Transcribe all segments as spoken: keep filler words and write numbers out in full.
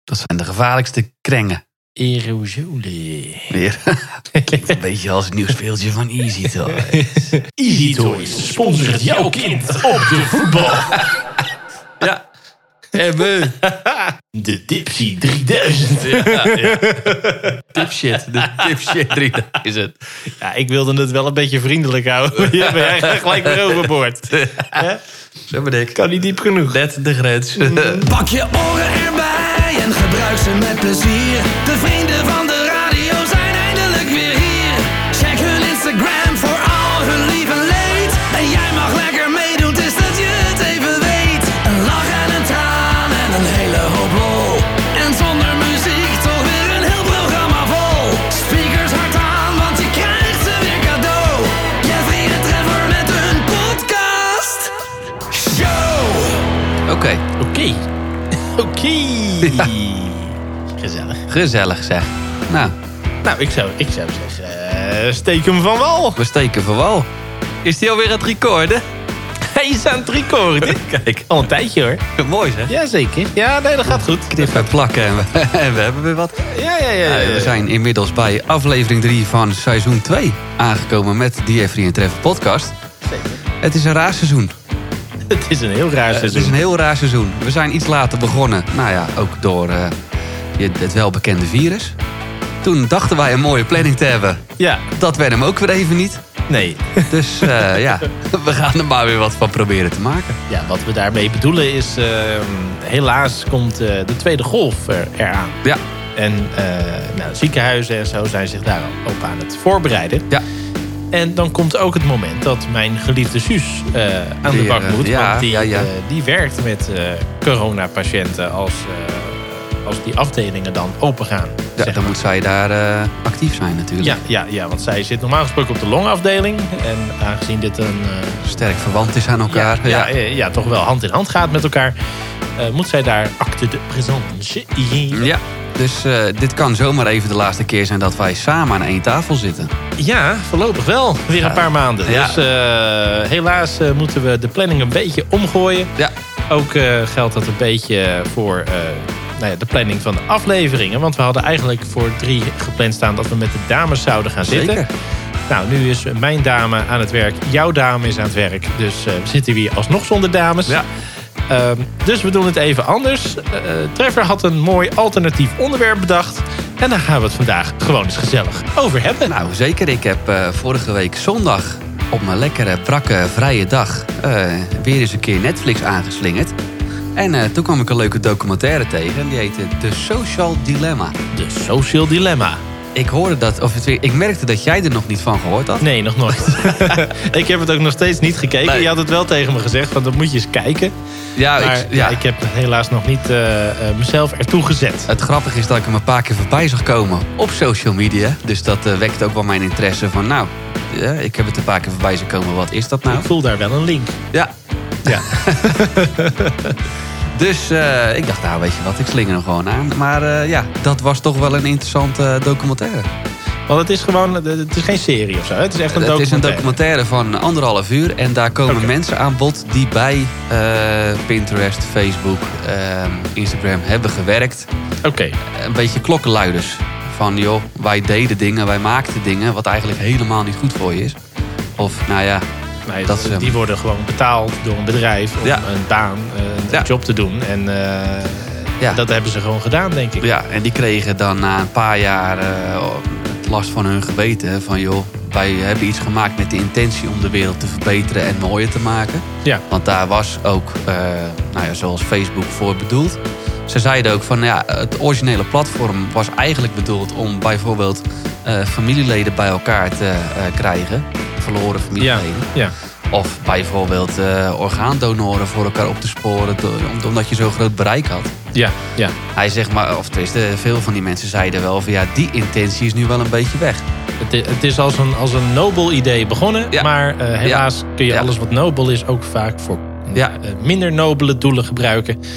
Dat zijn de gevaarlijkste krengen. Aerosole. Weer. Klinkt een beetje als een nieuw speeltje van Easy Toys. Easy Toys sponsort jouw kind op de voetbal. Ja. En we. De Tipsy drieduizend. Ja, ja. Tipshit. De Tipshit drieduizend. Ja, ik wilde het wel een beetje vriendelijk houden. Je bent gelijk weer overboord. Ja? Zo ben ik. Kan niet diep genoeg. Net de grens. Pak je oren erbij en gebruik ze met plezier. De vrienden van de radio zijn eindelijk weer hier. Check hun Instagram voor al hun lief en leed. En jij mag lekker meedoen, het is dat je het even weet. Een lach en een traan en een hele hoop lol. En zonder muziek toch weer een heel programma vol. Speakers hard aan, want je krijgt ze weer cadeau. Jeffrey en Trevor met hun podcast show. Oké. Oké. Oké. Gezellig. Gezellig zeg. Nou, Nou, ik zou, ik zou zeggen, uh, steek hem van wal. we steken voor wal. Is die alweer aan het recorden? Hij is aan het recorden. Kijk. Al een tijdje hoor. Mooi zeg. Jazeker. Ja, nee, dat gaat goed. Knip en plakken en we, en we hebben weer wat. Ja, ja, ja. ja, Ja, we zijn inmiddels bij aflevering drie van seizoen twee aangekomen met de Jeffrey en Trevor podcast. Zeker. Het is een raar seizoen. Het is een heel raar Het seizoen. is een heel raar seizoen. We zijn iets later begonnen. Nou ja, ook door uh, het welbekende virus. Toen dachten wij een mooie planning te hebben. Ja, Dat werd hem ook weer even niet. nee. Dus uh, ja, we gaan er maar weer wat van proberen te maken. Ja, wat we daarmee bedoelen is, uh, helaas komt uh, de tweede golf er, eraan. Ja, En uh, nou, ziekenhuizen en zo zijn zich daar op aan het voorbereiden. ja. En dan komt ook het moment dat mijn geliefde Suus uh, aan de Weer, bak moet. ja, want die, ja, ja. uh, die werkt met uh, coronapatiënten als, uh, als die afdelingen dan open gaan. ja zeg dan moet zij daar uh, actief zijn natuurlijk. Ja, ja, ja, want zij zit normaal gesproken op de longafdeling. En aangezien dit een uh, Sterk verwant is aan elkaar. ja, ja. Ja, ja, toch wel hand in hand gaat met elkaar, uh, moet zij daar acte de présence. Ja, dus uh, dit kan zomaar even de laatste keer zijn dat wij samen aan één tafel zitten. Ja, voorlopig wel. Weer Ja. een paar maanden. Ja. Dus uh, helaas uh, moeten we de planning een beetje omgooien. Ja. Ook uh, geldt dat een beetje voor uh, nou ja, de planning van de afleveringen. Want we hadden eigenlijk voor drie gepland staan dat we met de dames zouden gaan zitten. Zeker. Nou, nu is mijn dame aan het werk. Jouw dame is aan het werk. Dus uh, we zitten hier alsnog zonder dames. Ja. Um, dus we doen het even anders. Uh, Trevor had een mooi alternatief onderwerp bedacht. En daar gaan we het vandaag gewoon eens gezellig over hebben. Nou, zeker. Ik heb uh, vorige week zondag op mijn lekkere, brakke, vrije dag uh, weer eens een keer Netflix aangeslingerd. En uh, toen kwam ik een leuke documentaire tegen. En die heette The Social Dilemma. De Social Dilemma. Ik hoorde dat, of het, ik merkte dat jij er nog niet van gehoord had. Nee, nog nooit. Ik heb het ook nog steeds niet gekeken. Nee. Je had het wel tegen me gezegd, want dat moet je eens kijken. Ja, Maar ik, ja. ja. ik heb helaas nog niet uh, uh, mezelf ertoe gezet. Het grappige is dat ik hem een paar keer voorbij zag komen op social media. Dus dat uh, wekt ook wel mijn interesse van, nou, ja, ik heb het een paar keer voorbij zien komen. Wat is dat nou? Ik voel daar wel een link. Ja. Ja. Dus uh, ik dacht, nou weet je wat, ik slinger hem gewoon aan. Maar uh, ja, dat was toch wel een interessante uh, documentaire. Want het is gewoon, het is geen serie of zo. Hè? Het is echt een Het is een documentaire. documentaire van anderhalf uur. En daar komen Oké. mensen aan bod die bij uh, Pinterest, Facebook, uh, Instagram hebben gewerkt. Oké. Een beetje klokkenluiders. Van joh, wij deden dingen, wij maakten dingen wat eigenlijk helemaal niet goed voor je is. Of nou ja, Nee, dat is, die worden gewoon betaald door een bedrijf om Ja. een baan, een Ja. job te doen. En uh, Ja. dat hebben ze gewoon gedaan, denk ik. ja, en die kregen dan na een paar jaar uh, last van hun geweten. Van joh, wij hebben iets gemaakt met de intentie om de wereld te verbeteren en mooier te maken. Ja. Want daar was ook, uh, nou ja, zoals Facebook voor bedoeld. Ze zeiden ook van ja, het originele platform was eigenlijk bedoeld om bijvoorbeeld uh, familieleden bij elkaar te uh, krijgen. Verloren Ja. familieleden. Ja. Of bijvoorbeeld uh, orgaandonoren voor elkaar op te sporen, do- omdat je zo'n groot bereik had. Ja. Ja. Hij zegt maar, of tenminste, veel van die mensen zeiden wel van ja, die intentie is nu wel een beetje weg. Het, i- het is als een, als een nobel idee begonnen. Ja. Maar uh, helaas kun je Ja. alles wat nobel is ook vaak voor Ja. uh, minder nobele doelen gebruiken. En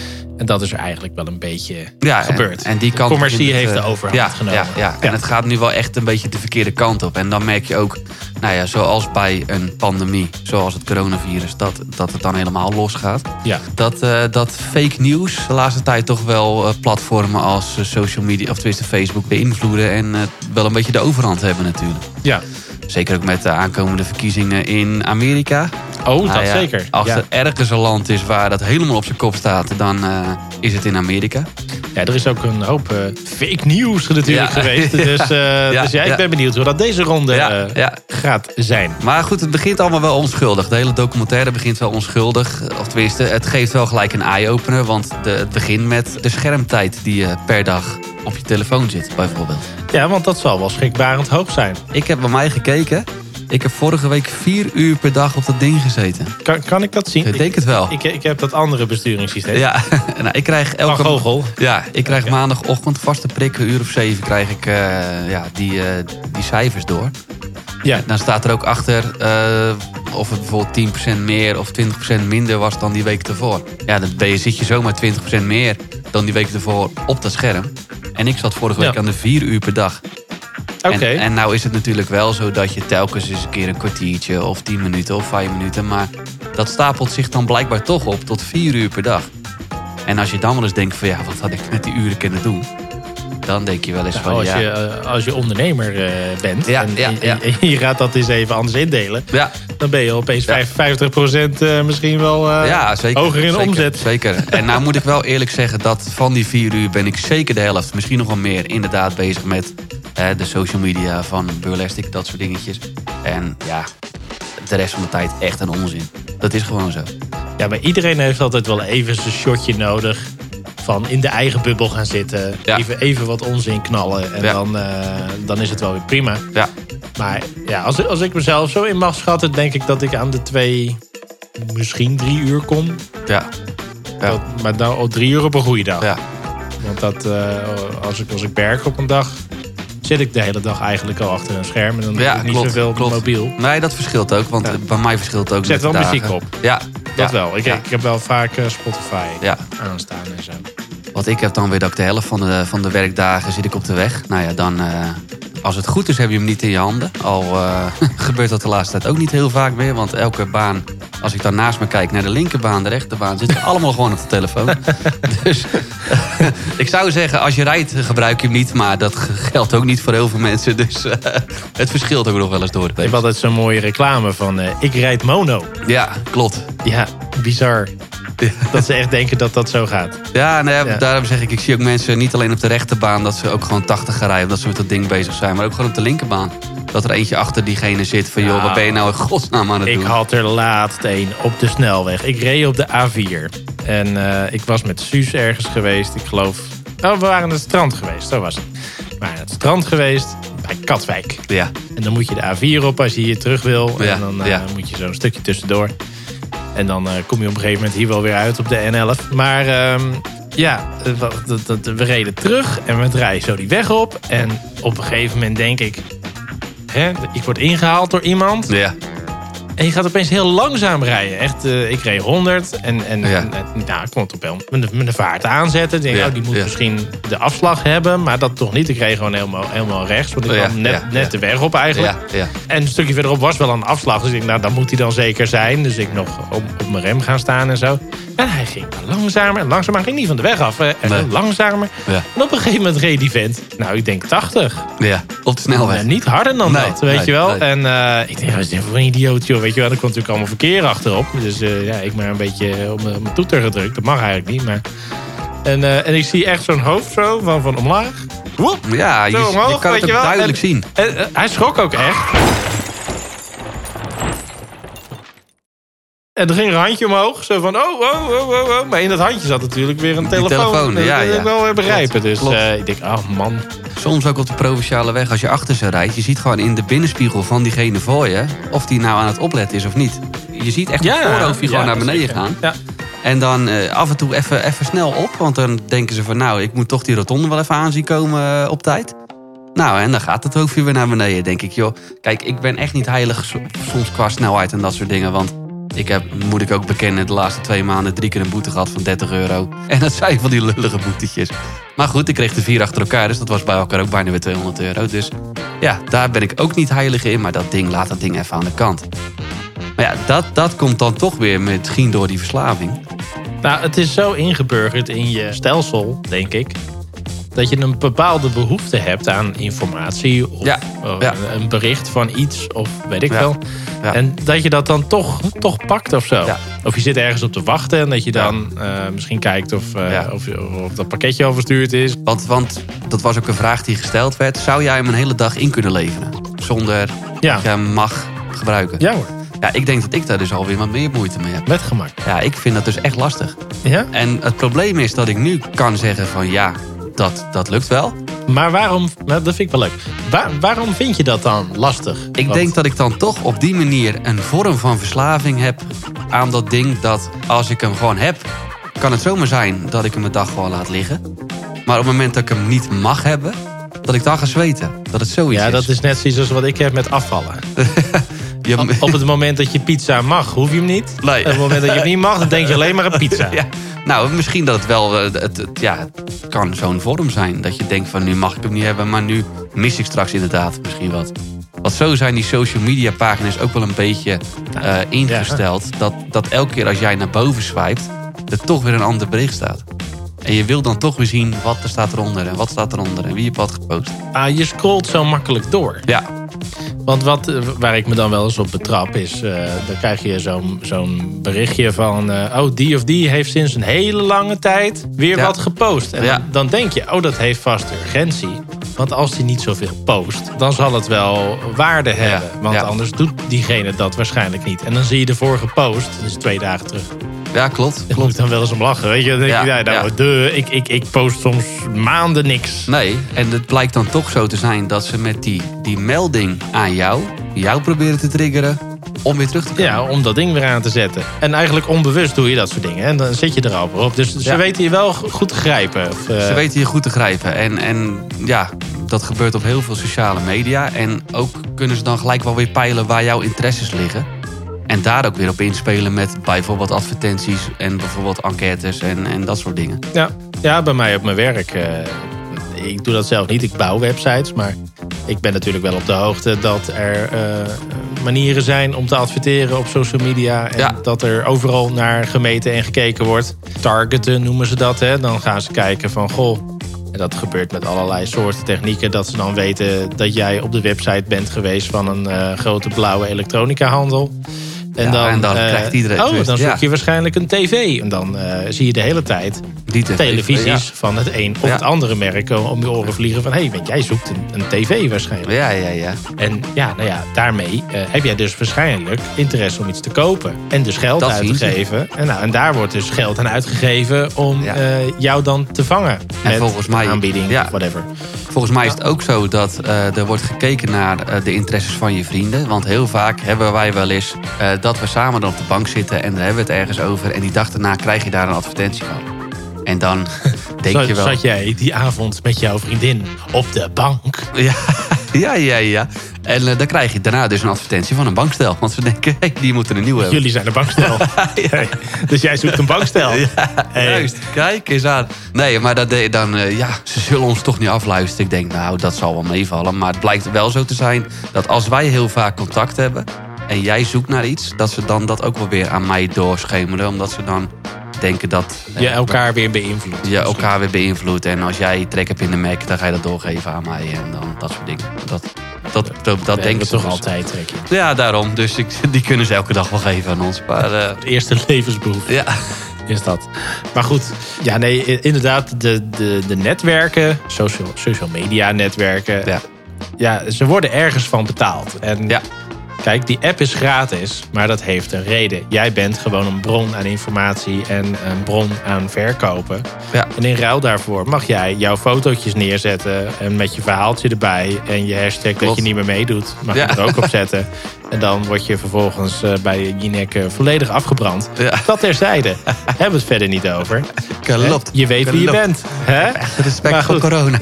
En dat is er eigenlijk wel een beetje ja, gebeurd. En, en die kant de commercie het, heeft de uh, overhand ja, genomen. Ja, ja. En ja. het gaat nu wel echt een beetje de verkeerde kant op. En dan merk je ook, nou ja, zoals bij een pandemie, zoals het coronavirus, dat, dat het dan helemaal losgaat. Ja. Dat, uh, dat fake nieuws de laatste tijd toch wel uh, platformen als uh, social media, of tenminste Facebook, beïnvloeden en uh, wel een beetje de overhand hebben natuurlijk. Ja. Zeker ook met de aankomende verkiezingen in Amerika. Oh, dat nou ja, zeker. Als ja. er ergens een land is waar dat helemaal op zijn kop staat, dan uh, is het in Amerika. Ja, er is ook een hoop uh, fake nieuws natuurlijk ja. geweest. Dus, uh, ja, dus ja, ik ja. ben benieuwd hoe dat deze ronde ja, uh, ja. gaat zijn. Maar goed, het begint allemaal wel onschuldig. De hele documentaire begint wel onschuldig. Of tenminste, het geeft wel gelijk een eye-opener. Want de, het begint met de schermtijd die je per dag op je telefoon zit, bijvoorbeeld. Ja, want dat zal wel schrikbarend hoog zijn. Ik heb bij mij gekeken. Ik heb vorige week vier uur per dag op dat ding gezeten. Kan, kan ik dat zien? Ik denk het wel. Ik, ik, ik heb dat andere besturingssysteem. Ja, nou, ik krijg elke... Van Google. Ja, ik krijg Ja. maandagochtend vaste prik, een uur of zeven, krijg ik uh, ja, die, uh, die cijfers door. Ja. Dan staat er ook achter uh, of het bijvoorbeeld tien procent meer of twintig procent minder was dan die week ervoor. Ja, dan ben je, zit je zomaar twintig procent meer dan die week ervoor op dat scherm. En ik zat vorige week Ja. aan de vier uur per dag. Oké. En, en nou is het natuurlijk wel zo dat je telkens eens een keer een kwartiertje of tien minuten of vijf minuten. Maar dat stapelt zich dan blijkbaar toch op tot vier uur per dag. En als je dan wel eens denkt van ja, wat had ik met die uren kunnen doen? Dan denk je wel eens Nou, van als, ja. je, uh, als je ondernemer uh, bent Ja, en, ja, en- ja. en je gaat dat eens even anders indelen. Ja, Dan ben je opeens Ja. vijfenvijftig procent uh, misschien wel uh, ja, zeker. hoger in de zeker, omzet. Zeker. En nou moet ik wel eerlijk zeggen dat van die vier uur ben ik zeker de helft, misschien nog wel meer, inderdaad bezig met hè, de social media van Burlestic, dat soort dingetjes. En ja, de rest van de tijd echt een onzin. Dat is gewoon zo. Ja, maar iedereen heeft altijd wel even zijn shotje nodig. Van in de eigen bubbel gaan zitten. Ja. Even, even wat onzin knallen. En Ja. dan, uh, dan is het wel weer prima. Ja, Maar ja, als, als ik mezelf zo in mag schatten, denk ik dat ik aan de twee, misschien drie uur kom. ja, ja. Dat, maar dan oh, drie uur op een goede dag. ja. Want dat, uh, als, ik, als ik werk op een dag, zit ik de hele dag eigenlijk al achter een scherm. En dan Ja, doe ik niet klopt, zoveel op klopt. mobiel. Nee, dat verschilt ook, want Ja. bij mij verschilt het ook. Zet met de wel muziek dagen. op. Ja, Dat ja, wel. Ik, ja. ik heb wel vaak uh, Spotify Ja. aanstaan en zo. Want ik heb dan weer dat ik de helft van de, van de werkdagen zit ik op de weg. Nou ja, dan, uh, als het goed is heb je hem niet in je handen. Al uh, gebeurt dat de laatste tijd ook niet heel vaak meer. Want elke baan, als ik dan naast me kijk naar de linkerbaan, de rechterbaan, zitten we allemaal gewoon op de telefoon. Dus ik zou zeggen, als je rijdt gebruik je hem niet. Maar dat geldt ook niet voor heel veel mensen. Dus uh, het verschilt ook nog wel eens door. Ik heb altijd zo'n mooie reclame van uh, ik rijd mono. Ja, klopt. Ja, bizar. Dat ze echt denken dat dat zo gaat. Ja, nou ja, Ja. daarom zeg ik, ik zie ook mensen niet alleen op de rechterbaan dat ze ook gewoon tachtig gaan rijden, dat ze met dat ding bezig zijn, maar ook gewoon op de linkerbaan. Dat er eentje achter diegene zit van, joh, Nou, wat ben je nou in godsnaam aan het Ik doen? had er laatst een op de snelweg. Ik reed op de A vier. En uh, ik was met Suus ergens geweest. Ik geloof... Oh, we waren aan het strand geweest. Zo was het. We waren aan het strand geweest bij Katwijk. Ja, En dan moet je de A vier op als je hier terug wil. En Ja, dan uh, ja. moet je zo'n stukje tussendoor. En dan uh, kom je op een gegeven moment hier wel weer uit op de N elf. Maar um, ja, uh, dat- dat- we reden terug en we draaien zo die weg op. En op een gegeven moment denk ik... Hè, ik word ingehaald door iemand. ja, En je gaat opeens heel langzaam rijden. Echt, uh, ik reed honderd en, en, Ja. en, en nou, ik kon het op wel met de, met de vaart aanzetten. Ik denk, Ja, oh, die moet ja. misschien de afslag hebben. Maar dat toch niet. Ik reed gewoon helemaal, helemaal rechts. Want ik Ja, kwam net, ja, net ja. de weg op eigenlijk. ja, ja. En een stukje verderop was wel een afslag. Dus ik dacht, nou, dan moet hij dan zeker zijn. Dus ik nog op, op mijn rem gaan staan en zo. En hij ging maar langzamer en langzamer. Hij ging niet van de weg af. Hè. En Nee. langzamer. Ja. En op een gegeven moment reed die vent. Nou, ik denk tachtig. Ja, op de snelweg. Ja, niet harder dan Nee, dat, weet nee, je wel. nee. En uh, ik denk, wat is dit voor een idioot, joh. Weet je wel, er komt natuurlijk allemaal verkeer achterop. Dus uh, ja, ik maar een beetje op mijn op mijn toeter gedrukt. Dat mag eigenlijk niet, maar... En, uh, en ik zie echt zo'n hoofd zo, van, van omlaag. Woep, Ja, je, zo omhoog, je kan weet het je ook wel. duidelijk En- zien. En, uh, hij schrok ook echt. En er ging een handje omhoog. Zo van, oh, oh, oh, oh, oh. Maar in dat handje zat natuurlijk weer een Die telefoon. telefoon, Dat ja, wil ik ja. wel weer begrijpen. Klopt, Dus klopt. uh, ik denk, oh man. Soms ook op de provinciale weg, als je achter ze rijdt, je ziet gewoon in de binnenspiegel van diegene voor je, of die nou aan het opletten is of niet. Je ziet echt het voorhoofdje gewoon naar dat beneden zeker. gaan. Ja. En dan uh, af en toe even, even snel op. Want dan denken ze van, nou, ik moet toch die rotonde wel even aanzien komen uh, op tijd. Nou, en dan gaat het hoofdje weer naar beneden, denk ik. Joh, kijk, ik ben echt niet heilig so- soms qua snelheid en dat soort dingen. Want ik heb, moet ik ook bekennen, de laatste twee maanden drie keer een boete gehad van dertig euro. En dat zijn van die lullige boetetjes. Maar goed, ik kreeg de vier achter elkaar, dus dat was bij elkaar ook bijna weer tweehonderd euro. Dus ja, daar ben ik ook niet heilig in, maar dat ding, laat dat ding even aan de kant. Maar ja, dat, dat komt dan toch weer misschien door die verslaving. Nou, het is zo ingeburgerd in je stelsel, denk ik, dat je een bepaalde behoefte hebt aan informatie of, Ja, of ja. een bericht van iets of weet ik Ja. veel. Ja. En dat je dat dan toch, toch pakt of zo. Ja. Of je zit ergens op te wachten en dat je Ja. dan uh, misschien kijkt of, uh, Ja. of, of dat pakketje al verstuurd is. Want, want dat was ook een vraag die gesteld werd. Zou jij hem een hele dag in kunnen leveren? Zonder Ja, dat je hem mag gebruiken? ja hoor, Ja, ik denk dat ik daar dus alweer wat meer moeite mee heb. met gemak. Ja, ik vind dat dus echt lastig. Ja? En het probleem is dat ik nu kan zeggen van ja, dat, dat lukt wel. Maar waarom, nou, dat vind ik wel leuk. Waar, waarom vind je dat dan lastig? Ik Want- denk dat ik dan toch op die manier een vorm van verslaving heb aan dat ding. Dat als ik hem gewoon heb, kan het zomaar zijn dat ik hem een dag gewoon laat liggen. Maar op het moment dat ik hem niet mag hebben, dat ik dan ga zweten. Dat het zoiets Ja, is. dat is net zoiets als wat ik heb met afvallen. Je- Op, op het moment dat je pizza mag, hoef je hem niet. Nee. Op het moment dat je hem niet mag, dan denk je alleen maar aan pizza. Ja, nou, misschien dat het wel... eh, Het, het, het- ja, het kan zo'n vorm zijn. Dat je denkt van nu mag ik hem niet hebben, maar nu mis ik straks inderdaad misschien wat. Want zo zijn die social media pagina's ook wel een beetje eh, ingesteld. Dat, dat elke keer als jij naar boven swipet, er toch weer een ander bericht staat. En je wil dan toch weer zien wat er staat eronder en wat staat eronder en wie heeft wat gepost. Ah, je scrolt zo makkelijk door. Ja, Want wat, eh, waar ik me dan wel eens op betrap is... eh, dan krijg je zo'n zo'n berichtje van... eh, oh, die of die heeft sinds een hele lange tijd weer Ja. wat gepost. En Ja. dan, dan denk je, oh, dat heeft vast urgentie. Want als hij niet zoveel post, dan zal het wel waarde hebben. Want Ja. anders doet diegene dat waarschijnlijk niet. En dan zie je de vorige post, dat is twee dagen terug. ja klopt. Daar moet ik dan wel eens om lachen. Weet je? Dan denk Ja, je, ja, nou, ja. de, ik, ik, ik post soms maanden niks. Nee, en het blijkt dan toch zo te zijn dat ze met die, die melding aan jou, jou proberen te triggeren om weer terug te komen. Ja, om dat ding weer aan te zetten. En eigenlijk onbewust doe je dat soort dingen. En dan zit je er al op. Dus ze Ja. weten je wel goed te grijpen. Of, uh... Ze weten je goed te grijpen. En, en ja, dat gebeurt op heel veel sociale media. En ook kunnen ze dan gelijk wel weer peilen waar jouw interesses liggen. En daar ook weer op inspelen met bijvoorbeeld advertenties en bijvoorbeeld enquêtes en, en dat soort dingen. Ja. ja, bij mij op mijn werk. Uh, ik doe dat zelf niet. Ik bouw websites. Maar ik ben natuurlijk wel op de hoogte dat er uh, manieren zijn om te adverteren op social media. En Ja. dat er overal naar gemeten en gekeken wordt. Targeten noemen ze dat. Hè. Dan gaan ze kijken van, goh... En dat gebeurt met allerlei soorten technieken. Dat ze dan weten dat jij op de website bent geweest van een uh, grote blauwe elektronica handel. En Ja, dan, en dan uh, krijgt iedereen Oh, twist, dan zoek ja. je waarschijnlijk een tv. En dan uh, zie je de hele tijd Die tv, televisies ja. van het een of Ja. het andere merk om je oren vliegen van... hé, hey, want jij zoekt een, een tv waarschijnlijk. Ja, ja, ja. En ja, nou ja, daarmee uh, heb jij dus waarschijnlijk interesse om iets te kopen. En dus geld Dat uit te zien ze. geven. En, nou, en daar wordt dus geld aan uitgegeven om Ja. uh, jou dan te vangen. Met volgens mij- aanbieding ja. of whatever. Volgens mij is het ook zo dat uh, er wordt gekeken naar uh, de interesses van je vrienden. Want heel vaak hebben wij wel eens uh, dat we samen dan op de bank zitten en daar hebben we het ergens over. En die dag daarna krijg je daar een advertentie van. En dan denk Zat, je wel... zat jij die avond met jouw vriendin op de bank? Ja, ja, ja, ja. En uh, dan krijg je daarna dus een advertentie van een bankstel. Want ze denken, hey, die moeten een nieuwe hebben. Jullie zijn een bankstel. Hey, dus jij zoekt een bankstel. Ja, Hey. juist. Kijk eens aan. Nee, maar dat deed dan, uh, ja, ze zullen ons toch niet afluisteren. Ik denk, nou, dat zal wel meevallen. Maar het blijkt wel zo te zijn dat als wij heel vaak contact hebben en jij zoekt naar iets, dat ze dan dat ook wel weer aan mij doorschemeren. Omdat ze dan denken dat Je eh, elkaar weer beïnvloedt. je elkaar weer beïnvloedt. En als jij trek hebt in de Mac, dan ga je dat doorgeven aan mij. En dan dat soort dingen. Dat, dat, dat, dat We denken hebben ze toch dus. altijd trek in. Ja, daarom. Dus ik, die kunnen ze elke dag wel geven aan ons. Maar uh, Het eerste levensbehoefte ja, is dat. Maar goed, ja nee, i- inderdaad, de, de, de netwerken, social, social media netwerken, ja, ja, ze worden ergens van betaald. En ja. kijk, die app is gratis, maar dat heeft een reden. Jij bent gewoon een bron aan informatie en een bron aan verkopen. Ja. En in ruil daarvoor mag jij jouw fotootjes neerzetten en met je verhaaltje erbij en je hashtag dat Klopt. je niet meer meedoet, mag Ja. je er ook op zetten. En dan word je vervolgens uh, bij Jinek uh, volledig afgebrand. Ja. Dat terzijde. Hebben we het verder niet over. Klopt. Hè? Je weet wie je Klopt. bent. Hè? Respect Maar voor goed. corona.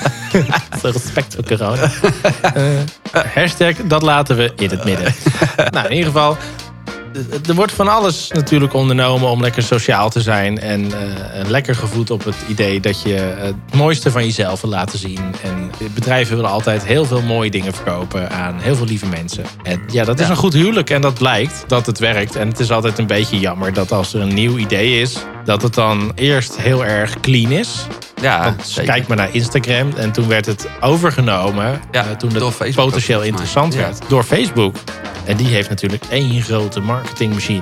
Respect voor corona. Uh, hashtag, dat laten we in het midden. Nou, in ieder geval, er wordt van alles natuurlijk ondernomen om lekker sociaal te zijn. En uh, lekker gevoed op het idee dat je het mooiste van jezelf wil laten zien. En bedrijven willen altijd heel veel mooie dingen verkopen aan heel veel lieve mensen. En ja, dat is Ja. een goed huwelijk en dat blijkt dat het werkt. En het is altijd een beetje jammer dat als er een nieuw idee is, dat het dan eerst heel erg clean is. Ja, Want zeker. kijk maar naar Instagram. En toen werd het overgenomen. Ja, uh, toen door het Facebook potentieel ook, volgens interessant mij. werd. Door Facebook. En die heeft natuurlijk één grote marketingmachine.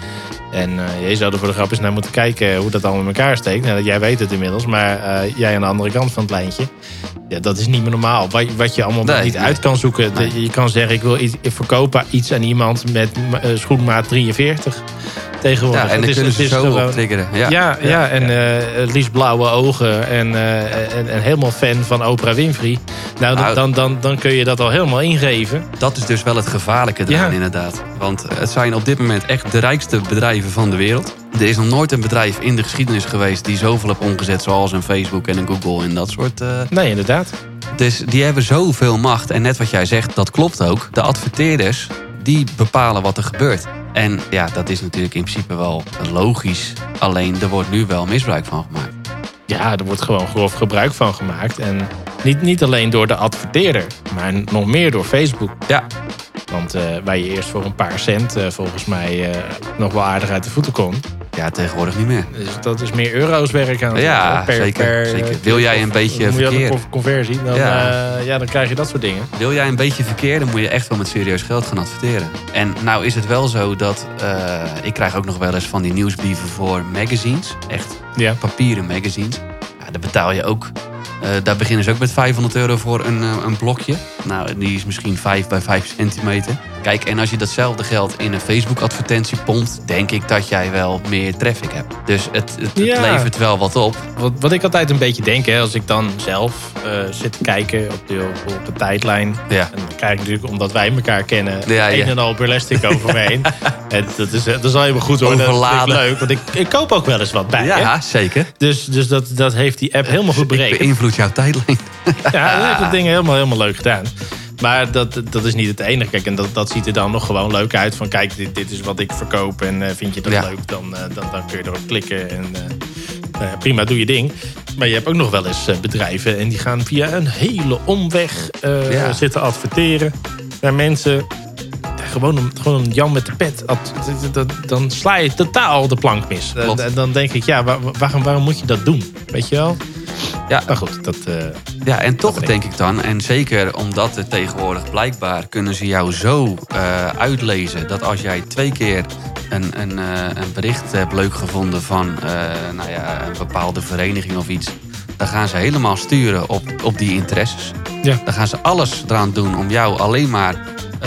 En uh, je zou er voor de grap eens naar moeten kijken hoe dat allemaal in elkaar steekt. Nou, jij weet het inmiddels. Maar uh, jij aan de andere kant van het lijntje. Ja, dat is niet meer normaal. Wat, wat je allemaal Nee, niet nee. uit kan zoeken. Nee. De- je kan zeggen, ik wil iets, ik verkopen iets aan iemand met uh, schoenmaat drieënveertig. Tegenwoordig. Ja, en Het dan is- kunnen het ze is zo gewoon- op triggeren. Ja, ja, ja, en uh, liefst blauwe ogen en, uh, en, en helemaal fan van Oprah Winfrey. Nou, Nou, dan, dan, dan kun je dat al helemaal ingeven. Dat is dus wel het gevaarlijke eraan, Ja. inderdaad. Want het zijn op dit moment echt de rijkste bedrijven van de wereld. Er is nog nooit een bedrijf in de geschiedenis geweest die zoveel heeft omgezet zoals een Facebook en een Google en dat soort. Uh, Nee, inderdaad. dus die hebben zoveel macht. En net wat jij zegt, dat klopt ook. De adverteerders, die bepalen wat er gebeurt. En ja, dat is natuurlijk in principe wel logisch. Alleen, er wordt nu wel misbruik van gemaakt. Ja, er wordt gewoon grof gebruik van gemaakt. En niet, niet alleen door de adverteerder, maar nog meer door Facebook. Ja, Want uh, waar je eerst voor een paar cent uh, volgens mij uh, nog wel aardig uit de voeten kon. ja tegenwoordig niet meer. Dus dat is meer euro's werk aan het Ja, per, zeker, per, zeker. Wil jij een beetje moet je ook verkeer? een conversie, dan, Ja. ja. ja, dan krijg je dat soort dingen. Wil jij een beetje verkeer, dan moet je echt wel met serieus geld gaan adverteren. En nou is het wel zo dat... Uh, ik krijg ook nog wel eens van die nieuwsbrieven voor magazines. Echt Ja. papieren magazines. Ja, daar betaal je ook... Uh, daar beginnen ze ook met vijfhonderd euro voor een, uh, een blokje. Nou, die is misschien vijf bij vijf centimeter. Kijk, en als je datzelfde geld in een Facebook-advertentie pompt... denk ik dat jij wel meer traffic hebt. Dus het, het, het Ja. levert wel wat op. Wat, wat ik altijd een beetje denk, hè, als ik dan zelf uh, zit te kijken op de, op de tijdlijn. Ja. En dan krijg ik natuurlijk, omdat wij elkaar kennen, Ja, een ja. en al burlestic over me heen. En dat is, dat is al helemaal goed hoor. Dat vind ik Overladen. leuk, want ik, ik koop ook wel eens wat bij. Ja, Hè? zeker. Dus, dus dat, dat heeft die app helemaal goed Ik berekend. beïnvloed jouw tijdlijn. Ja, dat heeft dat ding helemaal, helemaal leuk gedaan. Maar dat, dat is niet het enige. Kijk, en dat, dat ziet er dan nog gewoon leuk uit. Van kijk, dit, dit is wat ik verkoop. En uh, vind je dat Ja. leuk, dan, uh, dan, dan kun je erop klikken. En uh, uh, prima, doe je ding. Maar je hebt ook nog wel eens uh, bedrijven. En die gaan via een hele omweg uh, Ja. zitten adverteren. Naar mensen. Gewoon een, gewoon een Jan met de pet. Ad- dan, dan sla je totaal de plank mis. Klopt. En dan denk ik, ja, waar, waarom, waarom moet je dat doen? Weet je wel? Ja. Maar goed, dat... Uh, Ja, en toch Dat denk ik dan, en zeker omdat er tegenwoordig blijkbaar kunnen ze jou zo uh, uitlezen dat als jij twee keer een, een, uh, een bericht hebt leuk gevonden van uh, nou ja, een bepaalde vereniging of iets, dan gaan ze helemaal sturen op, op die interesses. Ja. Dan gaan ze alles eraan doen om jou alleen maar uh,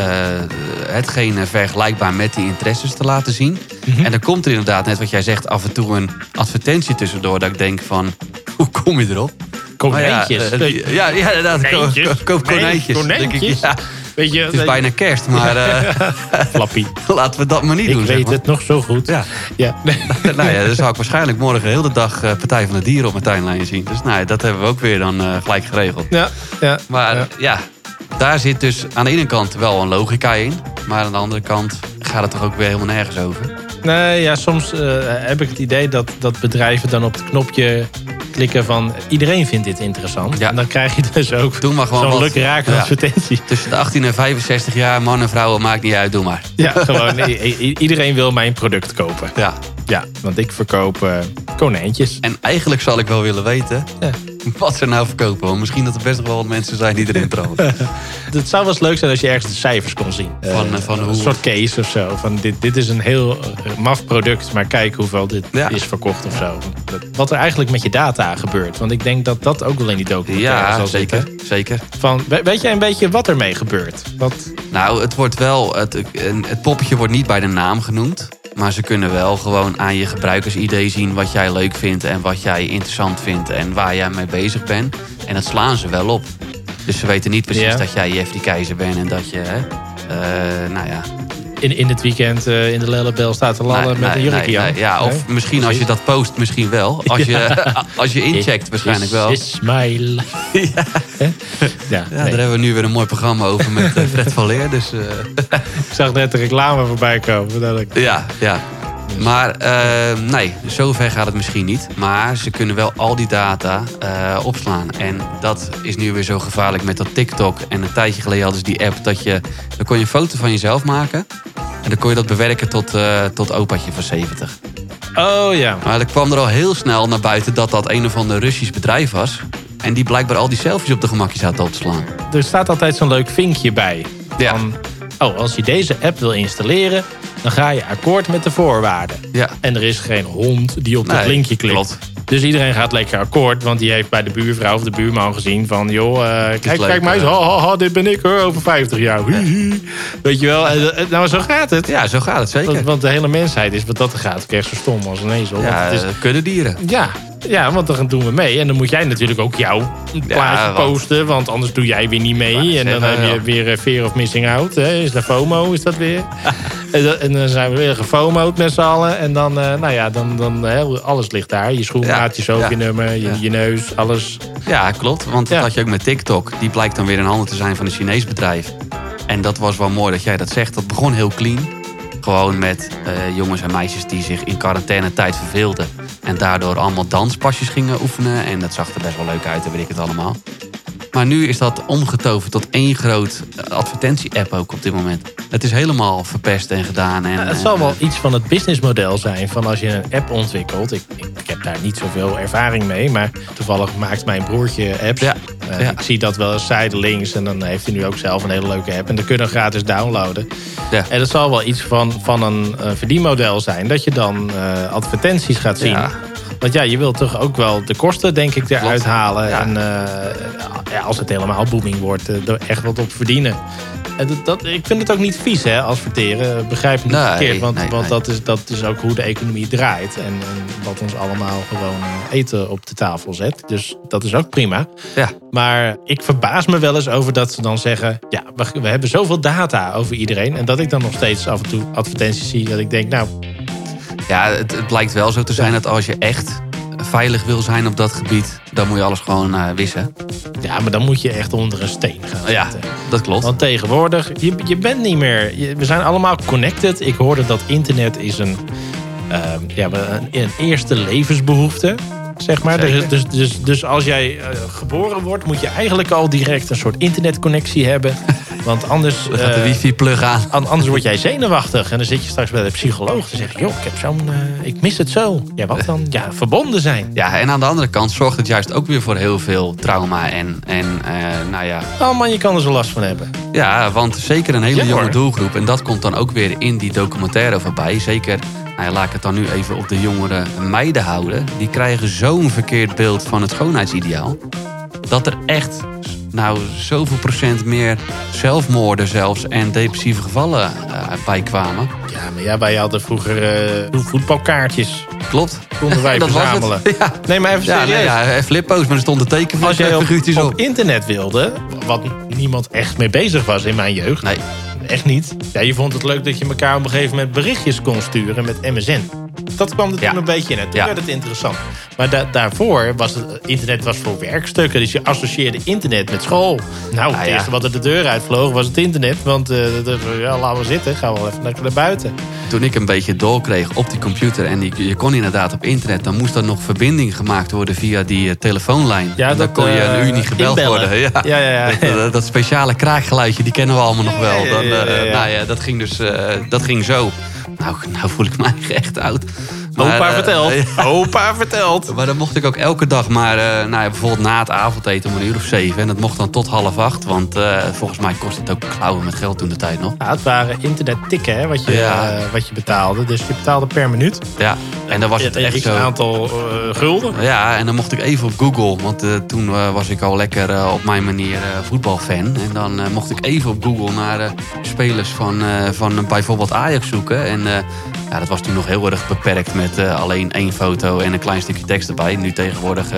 hetgene vergelijkbaar met die interesses te laten zien. Mhm. En dan komt er inderdaad, net wat jij zegt, af en toe een advertentie tussendoor dat ik denk van, hoe kom je erop? konijntjes. Maar ja, uh, ja, ja, inderdaad. Konijntjes? Koop, koop konijntjes. Nee, denk ik. konijntjes? Ja, Weet je, het is bijna kerst, maar uh, flappie. laten we dat maar niet Ik doen. zeg weet maar. het nog zo goed. Ja. Ja. Nou ja, dan zou ik waarschijnlijk morgen heel de dag uh, Partij van de Dieren op mijn tijdlijn zien. Dus nou ja, dat hebben we ook weer dan uh, gelijk geregeld. Ja, ja. Maar ja. ja, daar zit dus aan de ene kant wel een logica in. Maar aan de andere kant gaat het toch ook weer helemaal nergens over. Nee, ja, soms uh, heb ik het idee dat, dat bedrijven dan op het knopje klikken van iedereen vindt dit interessant. Ja. En dan krijg je dus ook Doe maar gewoon zo'n wat. lukraak Ja. advertentie. Tussen de achttien en vijfenzestig jaar, man en vrouw, maakt niet uit, doe maar. Ja, gewoon i- i- iedereen wil mijn product kopen. Ja. Ja, want ik verkoop uh, konijntjes. En eigenlijk zal ik wel willen weten Ja. wat ze nou verkopen. Want misschien dat er best nog wel wat mensen zijn die erin trouwen. Het zou wel eens leuk zijn als je ergens de cijfers kon zien. Van, Uh, van hoe- Een soort case of zo. Van dit, dit is een heel uh, maf product, maar kijk hoeveel dit Ja. is verkocht of zo. Dat- Wat er eigenlijk met je data gebeurt. Want ik denk dat dat ook wel in die documentaire Ja, zal zeker. zitten. zeker. Van, we- weet jij een beetje wat ermee gebeurt? Wat, Nou, het wordt wel. Het, het poppetje wordt niet bij de naam genoemd. Maar ze kunnen wel gewoon aan je gebruikersidee zien wat jij leuk vindt en wat jij interessant vindt en waar jij mee bezig bent. En dat slaan ze wel op. Dus ze weten niet precies Ja. dat jij Jeffrey Keizer bent en dat je, hè, uh, nou ja, in, in het weekend uh, in de Lellebel staat te lallen Nee, met nee, een jurkje nee, aan. nee. Ja, of Nee? misschien als je dat post, misschien wel. Als je, als je incheckt, waarschijnlijk wel. Is my life. Ja. Ja, Ja, nee. daar hebben we nu weer een mooi programma over met uh, Fred van Leer. Dus, uh, Ik zag net de reclame voorbij komen. Dat ik... ja, ja. Maar uh, nee, zover gaat het misschien niet. Maar ze kunnen wel al die data uh, opslaan. En dat is nu weer zo gevaarlijk met dat TikTok. En een tijdje geleden hadden ze die app dat je... Dan kon je een foto van jezelf maken. En dan kon je dat bewerken tot, uh, tot opaatje van zeventig. Oh ja. Maar er kwam er al heel snel naar buiten dat dat een of ander Russisch bedrijf was. En die blijkbaar al die selfies op de gemakje zaten op te slaan. Er staat altijd zo'n leuk vinkje bij. Ja. Van, oh, als je deze app wil installeren, dan ga je akkoord met de voorwaarden. Ja. En er is geen hond die op dat Nee, linkje klikt. klopt. Dus iedereen gaat lekker akkoord, want die heeft bij de buurvrouw of de buurman gezien van... joh, uh, kijk, leuk, kijk mij eens, uh, ha, ha, ha, dit ben ik hoor, over vijftig jaar. Hihi. Weet je wel, en, en, nou zo gaat het. Ja, zo gaat het zeker. Want, want de hele mensheid is wat dat gaat ook echt zo stom als een ezel. ja, Want het is, uh, kunnen dieren. ja, ja, want dan doen we mee. En dan moet jij natuurlijk ook jouw plaatje want- posten. Want anders doe jij weer niet mee. Ja, en dan zeggen, heb je ja. weer uh, fear of missing out. Hè? Is dat FOMO, is dat weer? en, dan, en dan zijn we weer gefomo'd met z'n allen. En dan, uh, nou ja, dan, dan uh, alles ligt daar. Je schoenmaat, je sofienummer, je, Ja. je neus, alles. Ja, klopt. Want dat Ja. had je ook met TikTok. Die blijkt dan weer in handen te zijn van een Chinees bedrijf. En dat was wel mooi dat jij dat zegt. Dat begon heel clean. Gewoon met uh, jongens en meisjes die zich in quarantainetijd verveelden. En daardoor allemaal danspasjes gingen oefenen. En dat zag er best wel leuk uit en weet ik het allemaal. Maar nu is dat omgetoverd tot één groot advertentie-app ook op dit moment. Het is helemaal verpest en gedaan. En, Ja, het zal en, wel iets van het businessmodel zijn. Van als je een app ontwikkelt. Ik, ik, ik heb daar niet zoveel ervaring mee. Maar toevallig maakt mijn broertje apps. Ja, Uh, ja. Ik zie dat wel eens zijdelings. En dan heeft hij nu ook zelf een hele leuke app. En dan kun je gratis downloaden. Ja. En dat zal wel iets van, van een uh, verdienmodel zijn. Dat je dan uh, advertenties gaat zien. Ja. Want ja, je wilt toch ook wel de kosten, denk ik, eruit Klopt. halen. Ja. En uh, ja, als het helemaal booming wordt, uh, er echt wat op verdienen. En dat, dat, ik vind het ook niet vies, hè, adverteren. Begrijp me niet Nee, verkeerd. Want, nee, want nee. Dat, is, dat is ook hoe de economie draait. En, en wat ons allemaal gewoon uh, eten op de tafel zet. Dus dat is ook prima. Ja. Maar ik verbaas me wel eens over dat ze dan zeggen... ja, we, we hebben zoveel data over iedereen. En dat ik dan nog steeds af en toe advertenties zie... dat ik denk, nou, Ja, het, het blijkt wel zo te zijn dat als je echt veilig wil zijn op dat gebied... dan moet je alles gewoon uh, wissen. ja, maar dan moet je echt onder een steen gaan Ja, zitten. dat klopt. Want tegenwoordig, je, je bent niet meer... je- we zijn allemaal connected. Ik hoorde dat internet is een, uh, ja, een, een eerste levensbehoefte. Zeg maar. Zeker. Dus, dus, dus, dus als jij uh, geboren wordt, moet je eigenlijk al direct een soort internetconnectie hebben. Want anders, Dan gaat de uh, wifi-plug aan. an- anders word jij zenuwachtig. En dan zit je straks bij de psycholoog te zeggen... joh, ik heb zo'n, uh, ik mis het zo. Ja, wat dan? Ja, verbonden zijn. Ja, en aan de andere kant zorgt het juist ook weer voor heel veel trauma. En, en uh, nou ja, Oh man, je kan er zo last van hebben. ja, want zeker een hele Ja, jonge hoor. doelgroep. En dat komt dan ook weer in die documentaire voorbij. Zeker, nou ja, laat ik het dan nu even op de jongere meiden houden. Die krijgen zo'n verkeerd beeld van het schoonheidsideaal. Dat er echt, nou, zoveel procent meer zelfmoorden zelfs en depressieve gevallen uh, bij kwamen. Ja, maar ja, wij hadden vroeger uh, voetbalkaartjes. Klopt. Konden wij Dat was het. verzamelen. Ja. Nee, maar even Ja, serieus. nee, ja, flippo's, maar er stonden Als jij op, tekenfiguurtjes op op. internet wilde, wat niemand echt mee bezig was in mijn jeugd. Nee. Echt niet. Ja, je vond het leuk dat je elkaar op een gegeven moment berichtjes kon sturen met M S N. Dat kwam er Ja. toen een beetje in. En toen Ja. werd het interessant. Maar da- daarvoor was het internet was voor werkstukken. Dus je associeerde internet met school. Nou, Ah, het ja. eerste wat er de deur uitvloog was het internet. Want uh, de, ja, laten we zitten. Gaan we wel even lekker naar buiten. Toen ik een beetje doorkreeg op die computer en die, je kon inderdaad op internet, dan moest er nog verbinding gemaakt worden via die uh, telefoonlijn. Ja, en dan dat, kon je een uh, uur niet gebeld inbellen. worden. Ja. Ja, ja, ja. Dat, uh, dat speciale kraakgeluidje, die kennen we allemaal nog wel. Ja, Dan, uh, ja, ja, ja. Nou ja, dat ging dus uh, dat ging zo. Nou, nou voel ik me eigenlijk echt oud. Maar, Opa uh, vertelt. ja. Opa vertelt. Maar dan mocht ik ook elke dag maar, uh, nou ja, bijvoorbeeld na het avondeten om een uur of zeven. En dat mocht dan tot half acht. Want uh, volgens mij kost het ook klauwen met geld toen de tijd nog. Ja, het waren internettikken hè, wat, je, Ja. uh, wat je betaalde. Dus je betaalde per minuut. Ja, en dan was het Een echt x zo. aantal uh, gulden. Ja, en dan mocht ik even op Google. Want uh, toen uh, was ik al lekker uh, op mijn manier uh, voetbalfan. En dan uh, mocht ik even op Google naar uh, spelers van, uh, van uh, bijvoorbeeld Ajax zoeken. En uh, ja, dat was toen nog heel erg beperkt met uh, alleen één foto en een klein stukje tekst erbij. Nu tegenwoordig uh,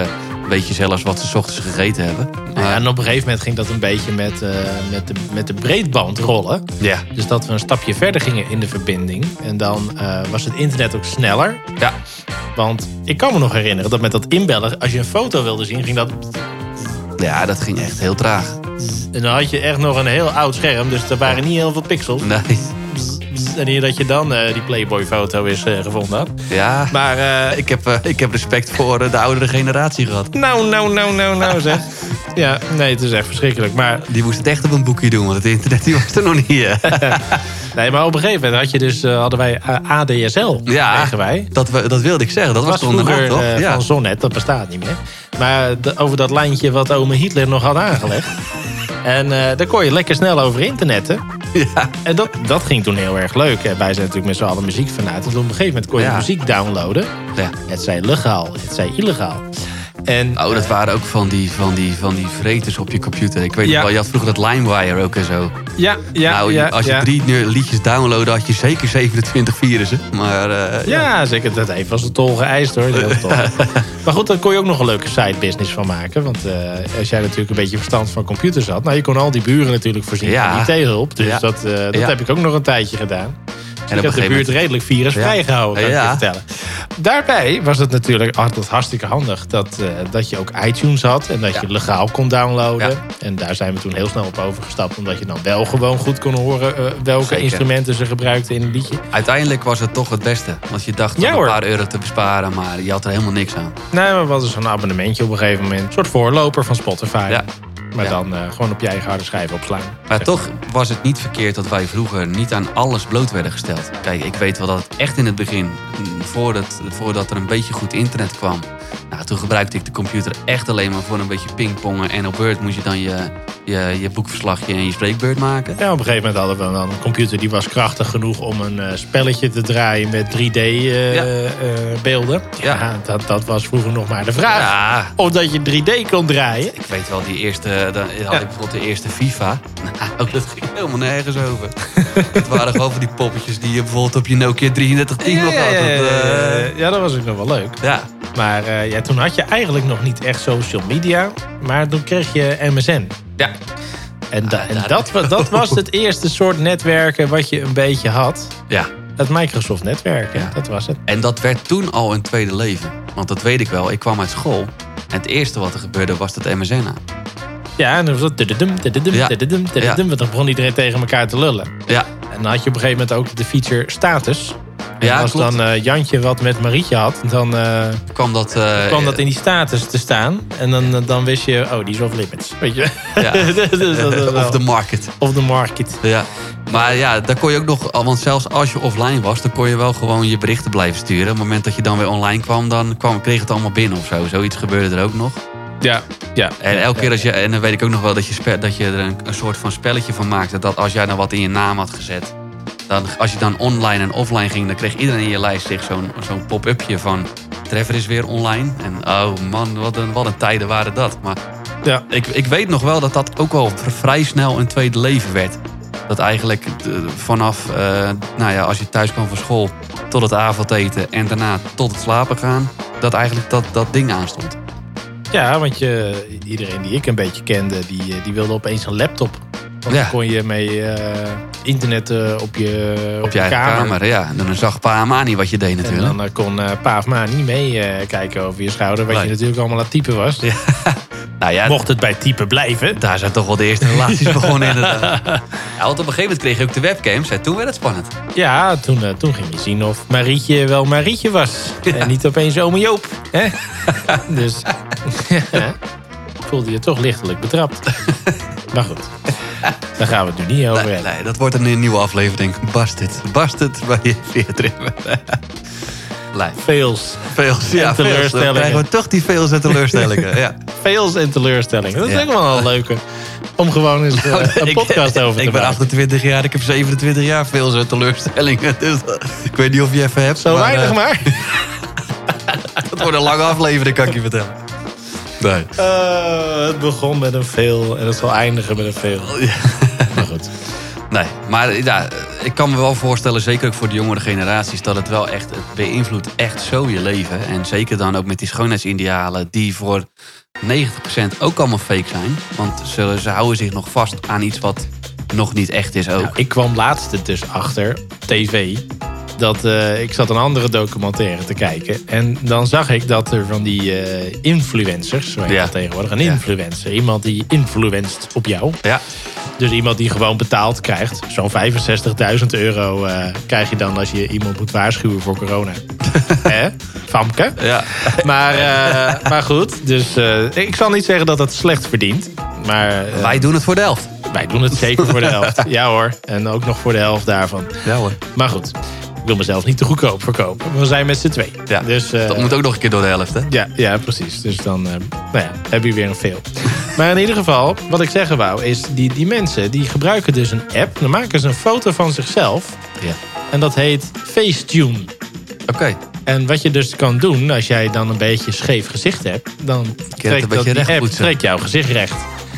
weet je zelfs wat ze 's ochtends gegeten hebben. Maar, Ja, en op een gegeven moment ging dat een beetje met, uh, met, de, met de breedband rollen. ja. Dus dat we een stapje verder gingen in de verbinding. En dan uh, was het internet ook sneller. Ja. Want ik kan me nog herinneren dat met dat inbellen, als je een foto wilde zien, ging dat... ja, dat ging echt heel traag. En dan had je echt nog een heel oud scherm, dus er waren niet heel veel pixels. Nee. En hier dat je dan uh, die Playboy-foto eens uh, gevonden had. Ja, Maar uh, ik heb, uh, ik heb respect voor uh, de oudere generatie gehad. nou, nou, nou, nou, nou zeg. Ja, nee, het is echt verschrikkelijk. Maar, Die moest het echt op een boekje doen, want het internet die was er nog niet. Uh. nee, maar op een gegeven moment had je dus, uh, hadden wij uh, A D S L, Ja, kregen wij. dat, we- dat wilde ik zeggen. Dat, Dat was was toen de vroeger nacht, toch? uh, Ja. van Zonnet, dat bestaat niet meer. Maar de- over dat lijntje wat ome Hitler nog had aangelegd. En uh, daar kon je lekker snel over internetten. Ja. En dat, dat ging toen heel erg leuk. Wij zijn natuurlijk met z'n allen muziekfanaten. Dus op een gegeven moment kon je Ja. muziek downloaden. Ja. Het zij legaal, het zij illegaal. En, Oh, dat waren ook van die, van, die, van die vreters op je computer. Ik weet nog Ja. wel, je had vroeger dat LimeWire ook en zo. ja, ja, nou, ja, als je ja. drie liedjes downloadde, had je zeker zevenentwintig virussen. Maar uh, ja. Ja, zeker. Dat heeft was de tol geëist hoor. Die had tol. Maar goed, daar kon je ook nog een leuke side business van maken. Want uh, als jij natuurlijk een beetje verstand van computers had. Nou, je kon al die buren natuurlijk voorzien Ja. van I T-hulp. Dus Ja. dat, uh, dat Ja. heb ik ook nog een tijdje gedaan. Dus En ik op heb een de gegeven buurt redelijk virusvrij Ja. gehouden, kan Ja. ik je vertellen. Daarbij was het natuurlijk altijd hartstikke handig dat, uh, dat je ook iTunes had. En dat Ja. je legaal kon downloaden. Ja. En daar zijn we toen heel snel op overgestapt. Omdat je dan wel gewoon goed kon horen uh, welke Zeker. instrumenten ze gebruikten in een liedje. Uiteindelijk was het toch het beste. Want je dacht Ja, om hoor. een paar euro te besparen, maar je had er helemaal niks aan. Nee, maar wat is zo'n abonnementje op een gegeven moment? Een soort voorloper van Spotify. Ja. Maar Ja. dan uh, gewoon op je eigen harde schijf opslaan. Maar toch was het niet verkeerd dat wij vroeger niet aan alles bloot werden gesteld. Kijk, ik weet wel dat het echt in het begin, mm, voordat, voordat er een beetje goed internet kwam. Nou, toen gebruikte ik de computer echt alleen maar voor een beetje pingpongen. En op Word moest je dan je, je, je boekverslagje en je spreekbeurt maken. Ja, op een gegeven moment hadden we dan een computer die was krachtig genoeg om een uh, spelletje te draaien met drie Ja. D-beelden. ja, Ja. dat, dat was vroeger nog maar de vraag. Ja, Of dat je drie D kon draaien. ik weet wel, die eerste, dan had Ja. ik bijvoorbeeld de eerste FIFA. Nou, dat ging helemaal nergens over. Het waren gewoon van die poppetjes die je bijvoorbeeld op je Nokia drieëndertig tien nog had. ja, Dat, ja, eh, ja, ja, dat was ook nog wel leuk. ja. Maar uh, ja, toen had je eigenlijk nog niet echt social media. Maar toen kreeg je M S N. Ja. En, da- Ah, en daar- dat, wa- dat was het eerste soort netwerken wat je een beetje had. Ja. Het Microsoft netwerken, Ja. dat was het. En dat werd toen al een tweede leven. Want dat weet ik wel. Ik kwam uit school. En het eerste wat er gebeurde was dat M S N aan. Ja, en dan was dat... tududum, tududum, Ja. tududum, tududum, Ja. want dan begon iedereen tegen elkaar te lullen. Ja. En dan had je op een gegeven moment ook de feature status. En Ja, als klopt. dan uh, Jantje wat met Marietje had, dan uh, Kwam dat... eh, kwam dat in die status te staan. En dan, uh, dan wist je, oh, die is off limits. Weet je? Ja. Dus dat is wel- Of de market. Of the market. Ja. Maar ja, daar kon je ook nog... Want zelfs als je offline was, dan kon je wel gewoon je berichten blijven sturen. Op het moment dat je dan weer online kwam, dan kwam, kreeg het allemaal binnen of zo. Zoiets gebeurde er ook nog. Ja, ja. En elke keer als je... En dan weet ik ook nog wel dat je, spe, dat je er een, een soort van spelletje van maakte. Dat als jij dan wat in je naam had gezet... Dan, als je dan online en offline ging, dan kreeg iedereen in je lijst zich zo'n zo'n pop-upje van... Trevor is weer online. En oh man, wat een, wat een tijden waren dat. Maar Ja. ik, ik weet nog wel dat dat ook al v- vrij snel een tweede leven werd. Dat eigenlijk eh, vanaf, eh, nou ja, als je thuis kwam van school... tot het avondeten en daarna tot het slapen gaan... dat eigenlijk dat, dat ding aanstond. Ja, want je, iedereen die ik een beetje kende, die, die wilde opeens een laptop. Want Ja. dan kon je mee uh, internet uh, op je, op Op je eigen kamer, ja. En dan zag pa en ma niet wat je deed En natuurlijk. dan uh, kon uh, pa of ma niet mee uh, kijken over je schouder. Wat Nee. je natuurlijk allemaal aan het typen was. Ja. Nou ja, Mocht het bij typen blijven. daar zijn toch wel de eerste relaties begonnen inderdaad. Ja, want op een gegeven moment kreeg je ook de webcams. En toen werd het spannend. Ja, toen, uh, toen ging je zien of Marietje wel Marietje was. Ja. En niet opeens ome Joop. Hè? Dus voelde je toch lichtelijk betrapt. Maar goed, daar gaan we het nu niet over Nee, hebben. nee, dat wordt een nieuwe aflevering. Bastard. Bastard bij je veertrim. Lijf. Fails. Fails, En ja, fails. Dan teleurstellingen. krijgen we toch die fails en teleurstellingen. Ja. Fails en teleurstellingen. Dat is Ja. ook wel een leuke. Om gewoon eens uh, een podcast ik, over te Ik ben maken. achtentwintig jaar, ik heb zevenentwintig jaar fails en teleurstellingen. Dus dat- ik weet niet of je even hebt. Zo maar, weinig eh, maar. Dat wordt een lange aflevering, kan ik je vertellen. Nee. Uh, het begon met een fail en het zal eindigen met een fail. Ja. Maar goed. Nee, maar ja, ik kan me wel voorstellen, zeker ook voor de jongere generaties, dat het wel echt, het beïnvloedt echt zo je leven. En zeker dan ook met die schoonheidsidealen die voor negentig procent ook allemaal fake zijn. Want ze, ze houden zich nog vast aan iets wat nog niet echt is ook. Nou, ik kwam laatst dus achter, tv, dat uh, ik zat een andere documentaire te kijken. En dan zag ik dat er van die uh, influencers, zo heet Ja. dat tegenwoordig, een Ja. influencer. Iemand die influenst op jou. Ja, Dus iemand die gewoon betaald krijgt. Zo'n vijfenzestigduizend euro uh, krijg je dan als je iemand moet waarschuwen voor corona. Hè? Famke? ja. Maar, uh, maar goed, dus uh, ik zal niet zeggen dat het slecht verdient. Maar uh, Wij doen het voor de helft. wij doen het zeker voor de helft. Ja hoor, en ook nog voor de helft daarvan. Ja hoor. Maar goed, ik wil mezelf niet te goedkoop verkopen. We zijn met z'n twee. Ja, Dus, uh, dat moet ook nog een keer door de helft, hè? ja, ja, precies. Dus dan uh, nou ja, heb je weer een veel. Maar in ieder geval, wat ik zeggen wou, is die, die mensen die gebruiken dus een app. Dan maken ze een foto van zichzelf. Ja. En dat heet Facetune. Oké. En wat je dus kan doen, als jij dan een beetje scheef gezicht hebt, dan trekt een dat beetje die recht app poetsen. trekt jouw gezicht recht.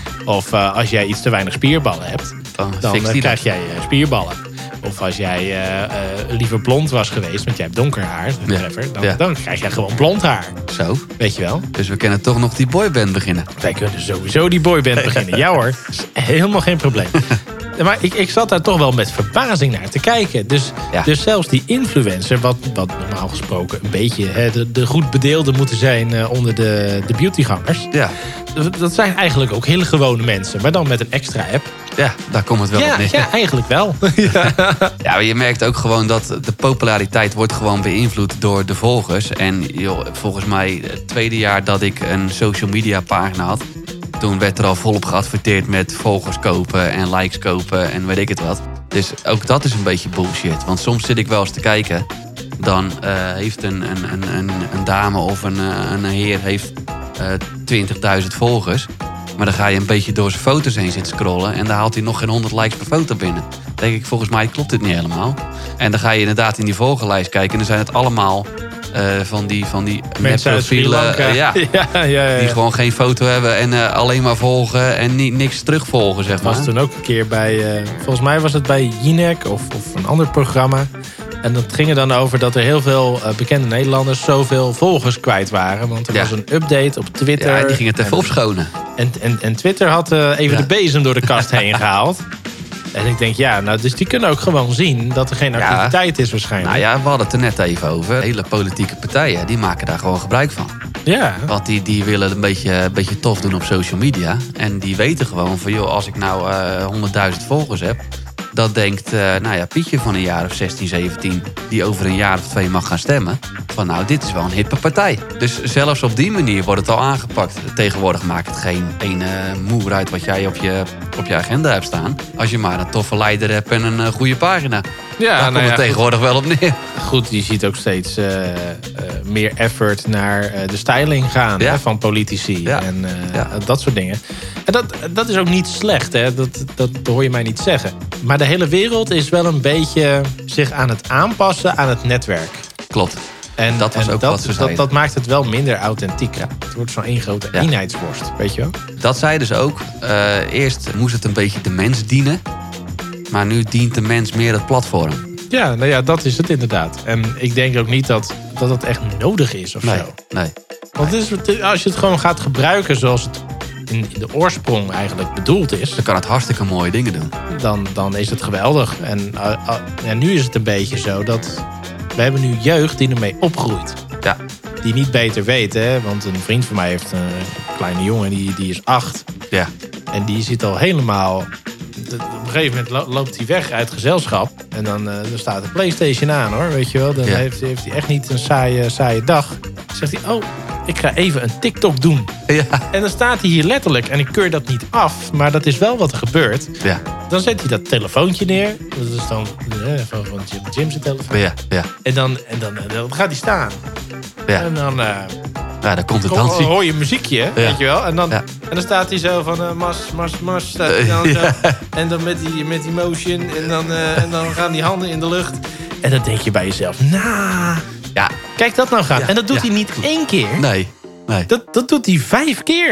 Of uh, als jij iets te weinig spierballen hebt, Dan, dan fixt uh, die krijg jij uh, spierballen. Of als jij uh, uh, liever blond was geweest, want jij hebt donker haar, whatever, dan, Ja. dan krijg jij gewoon blond haar. dat. Zo. Weet je wel? Dus we kunnen toch nog die boyband beginnen. Wij kunnen sowieso die boyband beginnen. Ja hoor, is helemaal geen probleem. Maar ik, ik zat daar toch wel met verbazing naar te kijken. Dus, Ja. dus zelfs die influencer, wat, wat normaal gesproken een beetje hè, de, de goed bedeelde moeten zijn uh, onder de, de beautygangers. Ja. Dat, dat zijn eigenlijk ook hele gewone mensen, maar dan met een extra app. Ja, daar komt het wel Ja, op neer. ja, eigenlijk wel. Ja, maar je merkt ook gewoon dat de populariteit wordt gewoon beïnvloed door de volgers. En joh, volgens mij het tweede jaar dat ik een social media pagina had, toen werd er al volop geadverteerd met volgers kopen en likes kopen en weet ik het wat. Dus ook dat is een beetje bullshit. Want soms zit ik wel eens te kijken, dan uh, heeft een, een, een, een, een dame of een, uh, een heer heeft uh, twintigduizend volgers. Maar dan ga je een beetje door zijn foto's heen zitten scrollen en dan haalt hij nog geen honderd likes per foto binnen. Dan denk ik, volgens mij klopt dit niet helemaal. En dan ga je inderdaad in die volgerlijst kijken en dan zijn het allemaal uh, van die, van die Mensen uit Sri nepprofielen, Lanka. uh, ja, ja, ja, ja. die gewoon geen foto hebben en uh, alleen maar volgen en ni- niks terugvolgen, zeg maar. was toen ook een keer bij, uh, volgens mij was het bij Jinek of, of een ander programma. En dat ging er dan over dat er heel veel uh, bekende Nederlanders zoveel volgers kwijt waren. Want er Ja. was een update op Twitter. Ja, die ging het even en, opschonen. en, en, en Twitter had uh, even Ja. de bezem door de kast heen gehaald. En ik denk, ja, nou, dus die kunnen ook gewoon zien dat er geen Ja. activiteit is waarschijnlijk. Nou ja, we hadden het er net even over. Hele politieke partijen, die maken daar gewoon gebruik van. Ja. Want die, die willen een beetje, een beetje tof doen op social media. En die weten gewoon van, joh, als ik nou uh, honderdduizend volgers heb, dat denkt, uh, nou ja, Pietje van een jaar of zestien, zeventien... die over een jaar of twee mag gaan stemmen, van nou, dit is wel een hippe partij. Dus zelfs op die manier wordt het al aangepakt. Tegenwoordig maakt het geen ene moer uit wat jij op je, op je agenda hebt staan. Als je maar een toffe leider hebt en een uh, goede pagina. Ja, Daar nou komt ja, het tegenwoordig wel op neer. Goed, je ziet ook steeds uh, uh, meer effort naar uh, de styling gaan Ja. hè, van politici. Ja. En uh, Ja. dat soort dingen. En dat, dat is ook niet slecht, hè? Dat, dat hoor je mij niet zeggen. Maar de hele wereld is wel een beetje zich aan het aanpassen aan het netwerk. Klopt. En Dat was en ook dat, wat ze dat, zeiden. dat maakt het wel minder authentiek. Het wordt zo'n één grote Ja. eenheidsworst, weet je wel? Dat zeiden ze ook. Uh, eerst moest het een beetje de mens dienen. Maar nu dient de mens meer het platform. Ja, nou ja, dat is het inderdaad. En ik denk ook niet dat, dat het echt nodig is of Nee, zo. nee. Want het is, als je het gewoon gaat gebruiken zoals het in, in de oorsprong eigenlijk bedoeld is, Dan kan het hartstikke mooie dingen doen. dan, dan is het geweldig. En uh, uh, ja, nu is het een beetje zo dat we hebben nu jeugd die ermee opgroeit. Ja. Die niet beter weet, hè? Want een vriend van mij heeft een kleine jongen, die, die is acht. Ja. En die zit al helemaal... Op een gegeven moment lo- loopt hij weg uit gezelschap. En dan, uh, dan staat de PlayStation aan, hoor. Weet je wel? Dan Ja. heeft, heeft hij echt niet een saaie, saaie dag. Dan zegt hij, oh, ik ga even een TikTok doen. Ja. En dan staat hij hier letterlijk. En ik keur dat niet af. Maar dat is wel wat er gebeurt. Ja. Dan zet hij dat telefoontje neer. Dat is dan eh, van, van Jim, Jim zijn telefoon. Ja. Ja. En, dan, en dan, dan gaat hij staan. Ja. En dan... Uh, Ja, daar komt het Hoor, dansje. hoor je muziekje, weet je wel. En dan, Ja. en dan staat hij zo van uh, mas, mas, mas. Staat hij dan Uh, ja. zo. En dan met die, met die motion. En dan, uh, en dan gaan die handen in de lucht. En dan denk je bij jezelf, nou, Ja. kijk dat nou gaan. Ja, En dat doet ja. hij niet één keer. Nee. Nee. Dat, dat doet hij vijf keer.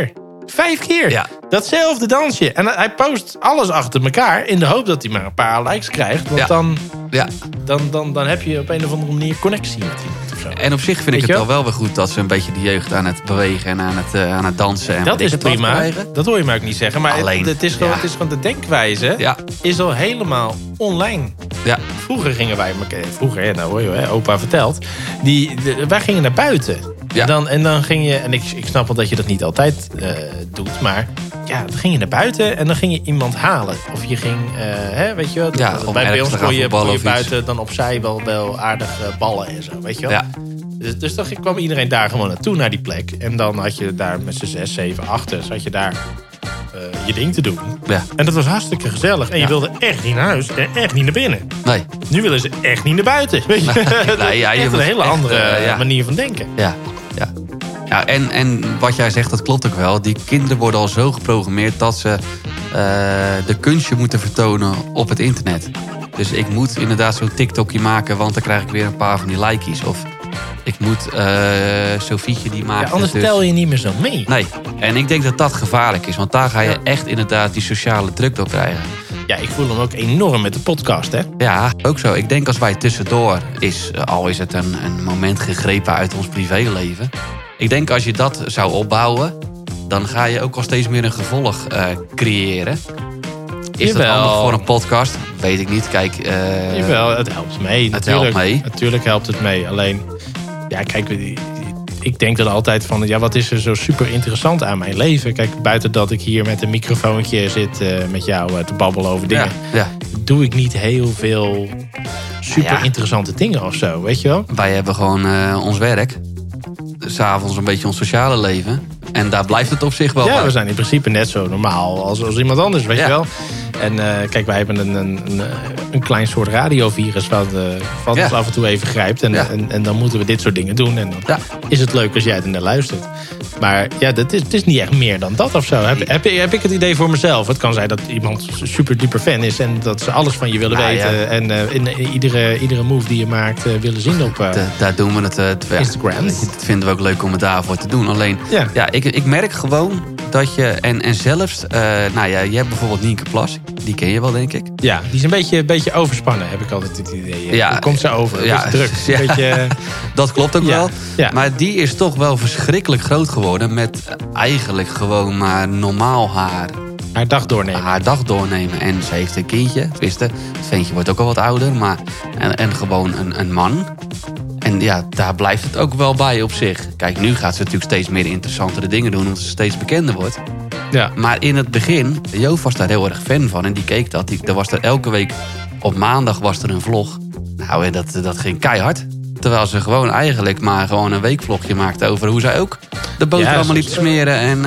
Vijf keer. Ja. Datzelfde dansje. En hij post alles achter elkaar in de hoop dat hij maar een paar likes krijgt. Want Ja. dan, Ja. dan, dan, dan heb je op een of andere manier connectie met iemand of zo. En op zich vind Weet ik je het wel? wel wel weer goed dat ze een beetje de jeugd aan het bewegen en aan het, uh, aan het dansen. En Dat weet is ik het wat prima. krijgen. Dat hoor je mij ook niet zeggen. Maar Alleen, het, het, is gewoon, ja. het is gewoon de denkwijze Ja. is al helemaal online. Ja. Vroeger gingen wij, vroeger, hè, nou hoor je, hè, opa vertelt. Die, de, wij gingen naar buiten. Ja. En, dan, en dan ging je, en ik, ik snap wel dat je dat niet altijd uh, doet, maar ja, dan ging je naar buiten en dan ging je iemand halen. Of je ging, uh, hè, weet je wel, Ja, dat, om bij, bij ergens ons te gaan kon je, voetballen kon je of iets. buiten dan opzij wel, wel aardig uh, ballen en zo, weet je wel. Ja. Dus, dus dan kwam iedereen daar gewoon naartoe, naar die plek. En dan had je daar met z'n zes, zeven, achten, zat je daar uh, je ding te doen. Ja. En dat was hartstikke gezellig. En je Ja. wilde echt niet naar huis en echt niet naar binnen. Nee. Nu willen ze echt niet naar buiten. Weet je? Nee, ja, je echt moet een hele echt, andere uh, ja. manier van denken. Ja. Ja. Ja, en, en wat jij zegt, dat klopt ook wel. Die kinderen worden al zo geprogrammeerd dat ze uh, de kunstje moeten vertonen op het internet. Dus ik moet inderdaad zo'n TikTokje maken, want dan krijg ik weer een paar van die likejes. Of ik moet uh, Sofietje die maken. Ja, anders dus... tel je niet meer zo mee. Nee, en ik denk dat dat gevaarlijk is. Want daar ga je Ja. echt inderdaad die sociale druk door krijgen. Ja, ik voel hem ook enorm met de podcast, hè? Ja, ook zo. Ik denk als wij tussendoor is, al is het een, een moment gegrepen uit ons privéleven. Ik denk als je dat zou opbouwen, dan ga je ook al steeds meer een gevolg uh, creëren. Is Jawel. dat handig voor een podcast? Weet ik niet. Kijk, uh, Jawel, het helpt mee. Het natuurlijk, helpt mee. Natuurlijk helpt het mee. Alleen, ja, kijk, ik denk dan altijd van, ja, wat is er zo super interessant aan mijn leven? Kijk, buiten dat ik hier met een microfoontje zit uh, met jou uh, te babbelen over dingen, ja, ja. doe ik niet heel veel super Ja. interessante dingen of zo, weet je wel? Wij hebben gewoon uh, ons werk. 'S Avonds een beetje ons sociale leven. En daar blijft het op zich wel Ja, bij. we zijn in principe net zo normaal als, als iemand anders, weet Ja. je wel. En uh, kijk, wij hebben een, een, een, een klein soort radiovirus wat, uh, wat Ja. ons af en toe even grijpt. En, Ja. en, en dan moeten we dit soort dingen doen. En dan Ja. is het leuk als jij er naar luistert. Maar ja, dat is, het is niet echt meer dan dat of zo. Heb, heb, heb ik het idee voor mezelf? Het kan zijn dat iemand super duper fan is en dat ze alles van je willen Nou, weten. ja. En uh, in, in iedere, iedere move die je maakt uh, willen zien op uh, Da- daar doen we het. Uh, ja, Instagram. Dat vinden we ook leuk om het daarvoor te doen. Alleen, Ja. ja, ik, ik merk gewoon dat je... En, en zelfs, uh, nou ja, je hebt bijvoorbeeld Nienke Plas. Die ken je wel, denk ik. Ja, die is een beetje, een beetje overspannen, heb ik altijd het idee. Ja. Die komt ze over, een Ja. beetje druk. Ja. Een beetje, Dat klopt ook Ja. wel. Ja. Maar die is toch wel verschrikkelijk groot geworden... met eigenlijk gewoon maar normaal haar, haar dag doornemen. haar dag doornemen. En ze heeft een kindje. Tenminste, het ventje wordt ook al wat ouder. Maar, en, en gewoon een, een man. En ja, daar blijft het ook wel bij op zich. Kijk, nu gaat ze natuurlijk steeds meer interessantere dingen doen... omdat ze steeds bekender wordt. Ja. Maar in het begin, Joof was daar heel erg fan van. En die keek dat. Die, er was er elke week, op maandag was er een vlog. Nou, en dat, dat ging keihard. Terwijl ze gewoon eigenlijk maar gewoon een weekvlogje maakte... over hoe zij ook de boterhammen Ja, liep zo- te smeren. En,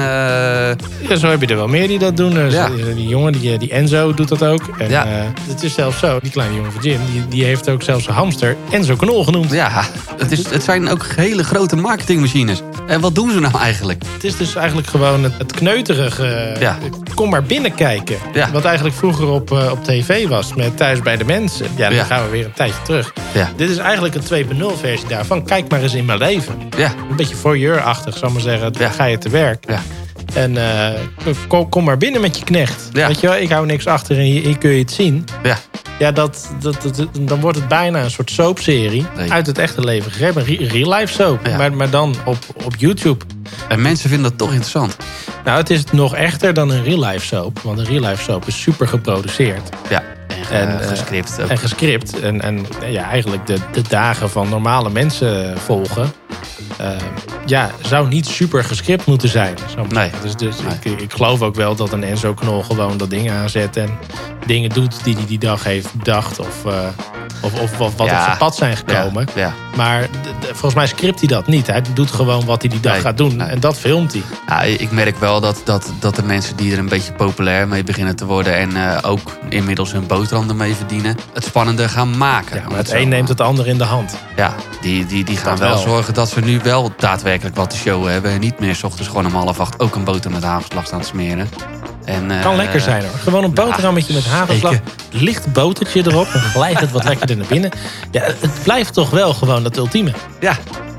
uh, Ja, zo heb je er wel meer die dat doen. Dus Ja. die, die jongen, die, die Enzo doet dat ook. En, Ja. uh, het is zelfs zo, die kleine jongen van Jim... die, die heeft ook zelfs een hamster Enzo Knol genoemd. ja, het, is, het zijn ook hele grote marketingmachines. En wat doen ze nou eigenlijk? Het is dus eigenlijk gewoon het, het kneuterige... Ja. Kom maar binnenkijken. Ja. Wat eigenlijk vroeger op, uh, op tv was. Met Thuis bij de Mensen. Ja, dan Ja. gaan we weer een tijdje terug. Ja, Dit is eigenlijk een twee punt nul versie daarvan. Kijk maar eens in mijn leven. ja, Een beetje voyeur-achtig, zal ik maar zeggen. Dan Ja. ga je te werk. ja. En uh, kom, kom maar binnen met je knecht. Ja. Weet je wel, ik hou niks achter en hier, hier kun je het zien. ja. Ja, dat, dat, dat, dan wordt het bijna een soort soapserie. Nee. Uit het echte leven gegrepen. Een re- real life soap. Ja. Maar, maar dan op, op YouTube. En mensen vinden dat toch interessant. Nou, het is nog echter dan een real life soap. Want een real life soap is super geproduceerd. Ja, en, En, uh, eh, gescript ook. En gescript. En, en ja, eigenlijk de, de dagen van normale mensen volgen. Uh, ja, zou niet super gescript moeten zijn. Zo. Nee. Dus, dus Nee. ik, ik geloof ook wel dat een Enzo Knol gewoon dat ding aanzet. En dingen doet die hij die dag heeft bedacht. Of, uh, of, of, of wat Ja. op zijn pad zijn gekomen. Ja, ja. Maar d- d- volgens mij script hij dat niet. Hij doet gewoon wat hij die dag Nee, gaat doen. nee. En dat filmt hij. Ja, ik merk wel dat, dat, dat de mensen die er een beetje populair mee beginnen te worden... en uh, ook inmiddels hun boterham ermee verdienen... het spannender gaan maken. Ja, maar Om het zo een maar- neemt het ander in de hand. Ja, die, die, die gaan Dat wel, wel. zorgen dat ze nu wel daadwerkelijk wat te showen hebben... en niet meer 's ochtends gewoon om half acht ook een boter met hagelslag staan te smeren. En, uh, Kan lekker zijn hoor. Gewoon een boterhammetje met hagelslag. Licht botertje erop. Dan glijdt het wat lekkerder naar binnen. Ja, het blijft toch wel gewoon dat ultieme. Ja,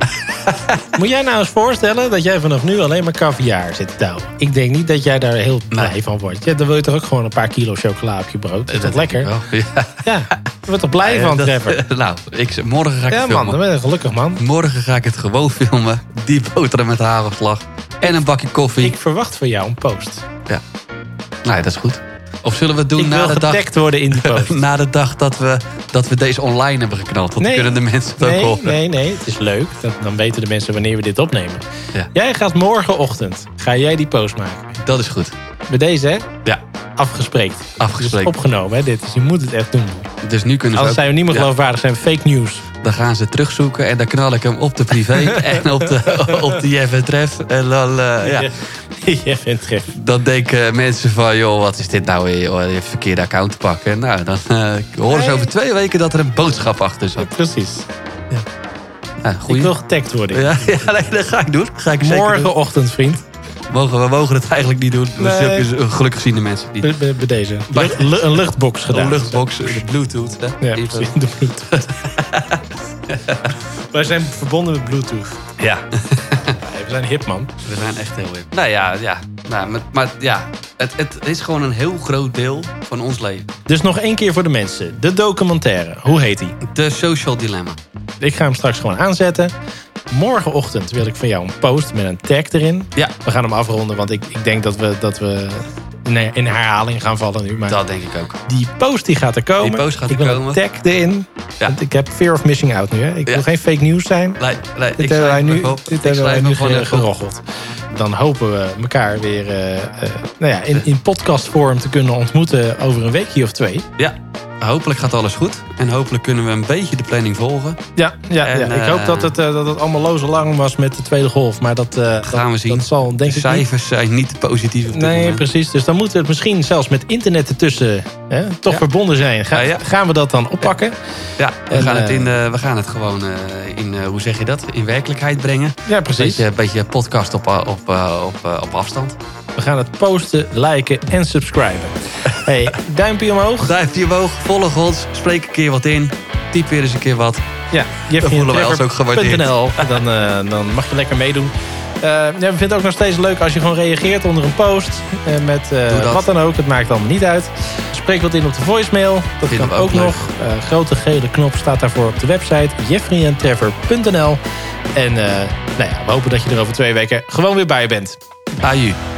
Moet jij nou eens voorstellen dat jij vanaf nu alleen maar caviar zit te touwen? Ik denk niet dat jij daar heel blij Nee. van wordt. Ja, dan wil je toch ook gewoon een paar kilo chocola op je brood? Is dat lekker? denk ik wel. Ja. Ja, je wordt toch blij van, Dat- Trevor? Nou, ik, morgen ga ik Ja het man, filmen. dan ben je gelukkig man. Morgen ga ik het gewoon filmen. Die boterham met hagelslag. En een bakje koffie. Ik verwacht van jou een post. Nee, dat is goed. Of zullen we het doen Ik na wil de dag... getagd worden in die post. Na de dag dat we, dat we deze online hebben geknald. Want Nee. dan kunnen de mensen het ook Nee, horen. nee, nee. Het is leuk. Dat, dan weten de mensen wanneer we dit opnemen. Ja. Jij gaat morgenochtend, ga jij die post maken. Dat is goed. Bij deze, hè? Ja, Afgespreekt. afgesproken. Dus opgenomen, hè? Dit. Dus je moet het echt doen. Dus nu kunnen ze Anders ook, zijn we niet meer ja, geloofwaardig. Zijn we fake news. dan gaan ze terugzoeken en dan knal ik hem op de privé en op de, op de Jeff en Tref. En dan, uh, ja, Je bent gek. dan denken mensen van, joh, wat is dit nou weer? Joh, je hebt een verkeerde account te pakken. Nou, dan uh, horen ze Nee. over twee weken dat er een boodschap achter zat. Precies. Ja, goeie. Ik wil getagd worden. Ja, ja, nee, dat ga ik doen. Dat ga ik zeker doen. Morgenochtend, vriend. Mogen, we mogen het eigenlijk niet doen. Dus Nee. heb je- gelukkig zien de mensen die. Bij, bij- bij deze. Bij- Lucht- lu- een luchtbox gedaan. Een luchtbox, de Bluetooth. Hè? Ja, Even- precies. De Bluetooth. Wij zijn verbonden met Bluetooth. Ja, Nee, we zijn hip, man. we zijn echt heel hip. Nou ja, ja. Nou, maar, maar ja, het, het is gewoon een heel groot deel van ons leven. Dus nog één keer voor de mensen. De documentaire. Hoe heet die? De Social Dilemma. Ik ga hem straks gewoon aanzetten. Morgenochtend wil ik van jou een post met een tag erin. Ja, We gaan hem afronden, want ik, ik denk dat we, dat we in- in herhaling gaan vallen nu. Maar dat denk ik ook. die post die gaat er komen. Die post gaat ik er wil komen. een tag erin. Ja. Want ik heb fear of missing out nu. Hè? Ik Ja. wil geen fake news zijn. Nee, nee, Dit ik hebben wij schrijf nu, hem op. dit Ik hebben wij schrijf nu hem gewoon ge- even op. geroggeld. Dan hopen we elkaar weer eh, eh, nou ja, in, in podcastvorm te kunnen ontmoeten over een weekje of twee. Ja, hopelijk gaat alles goed. En hopelijk kunnen we een beetje de planning volgen. Ja, ja, En, ja. ik eh, hoop dat het, eh, dat het allemaal loze lang was met de tweede golf. Maar dat, eh, Gaan dat, we zien. dat zal denk De ik niet. cijfers zijn niet positief op dit Nee, moment. precies. Dus dan moeten we het misschien zelfs met internet ertussen hè, toch Ja. verbonden zijn. Ga- Ja, ja. Gaan we dat dan oppakken? Ja, we, En, gaan het eh, in, eh, we gaan het gewoon eh, in, eh, hoe zeg je dat, in werkelijkheid brengen. Ja, Een precies. beetje, een beetje podcast op, op, op, op, op afstand. We gaan het posten, liken en subscriben. Hey, duimpje omhoog. Duimpje omhoog, volg ons, spreek een keer wat in. Typ weer eens een keer wat. Ja, Dan voelen wij ons ook gewaardeerd. Dan, uh, dan mag je lekker meedoen. Uh, ja, we vinden het ook nog steeds leuk als je gewoon reageert onder een post. Uh, met uh, Doe dat. wat dan ook. Het maakt allemaal niet uit. Spreek wat in op de voicemail. Dat Vinden kan we ook, ook leuk. nog. Uh, grote gele knop staat daarvoor op de website. jeffrey en trevor punt n l. En uh, nou ja, we hopen dat je er over twee weken gewoon weer bij bent. Aju.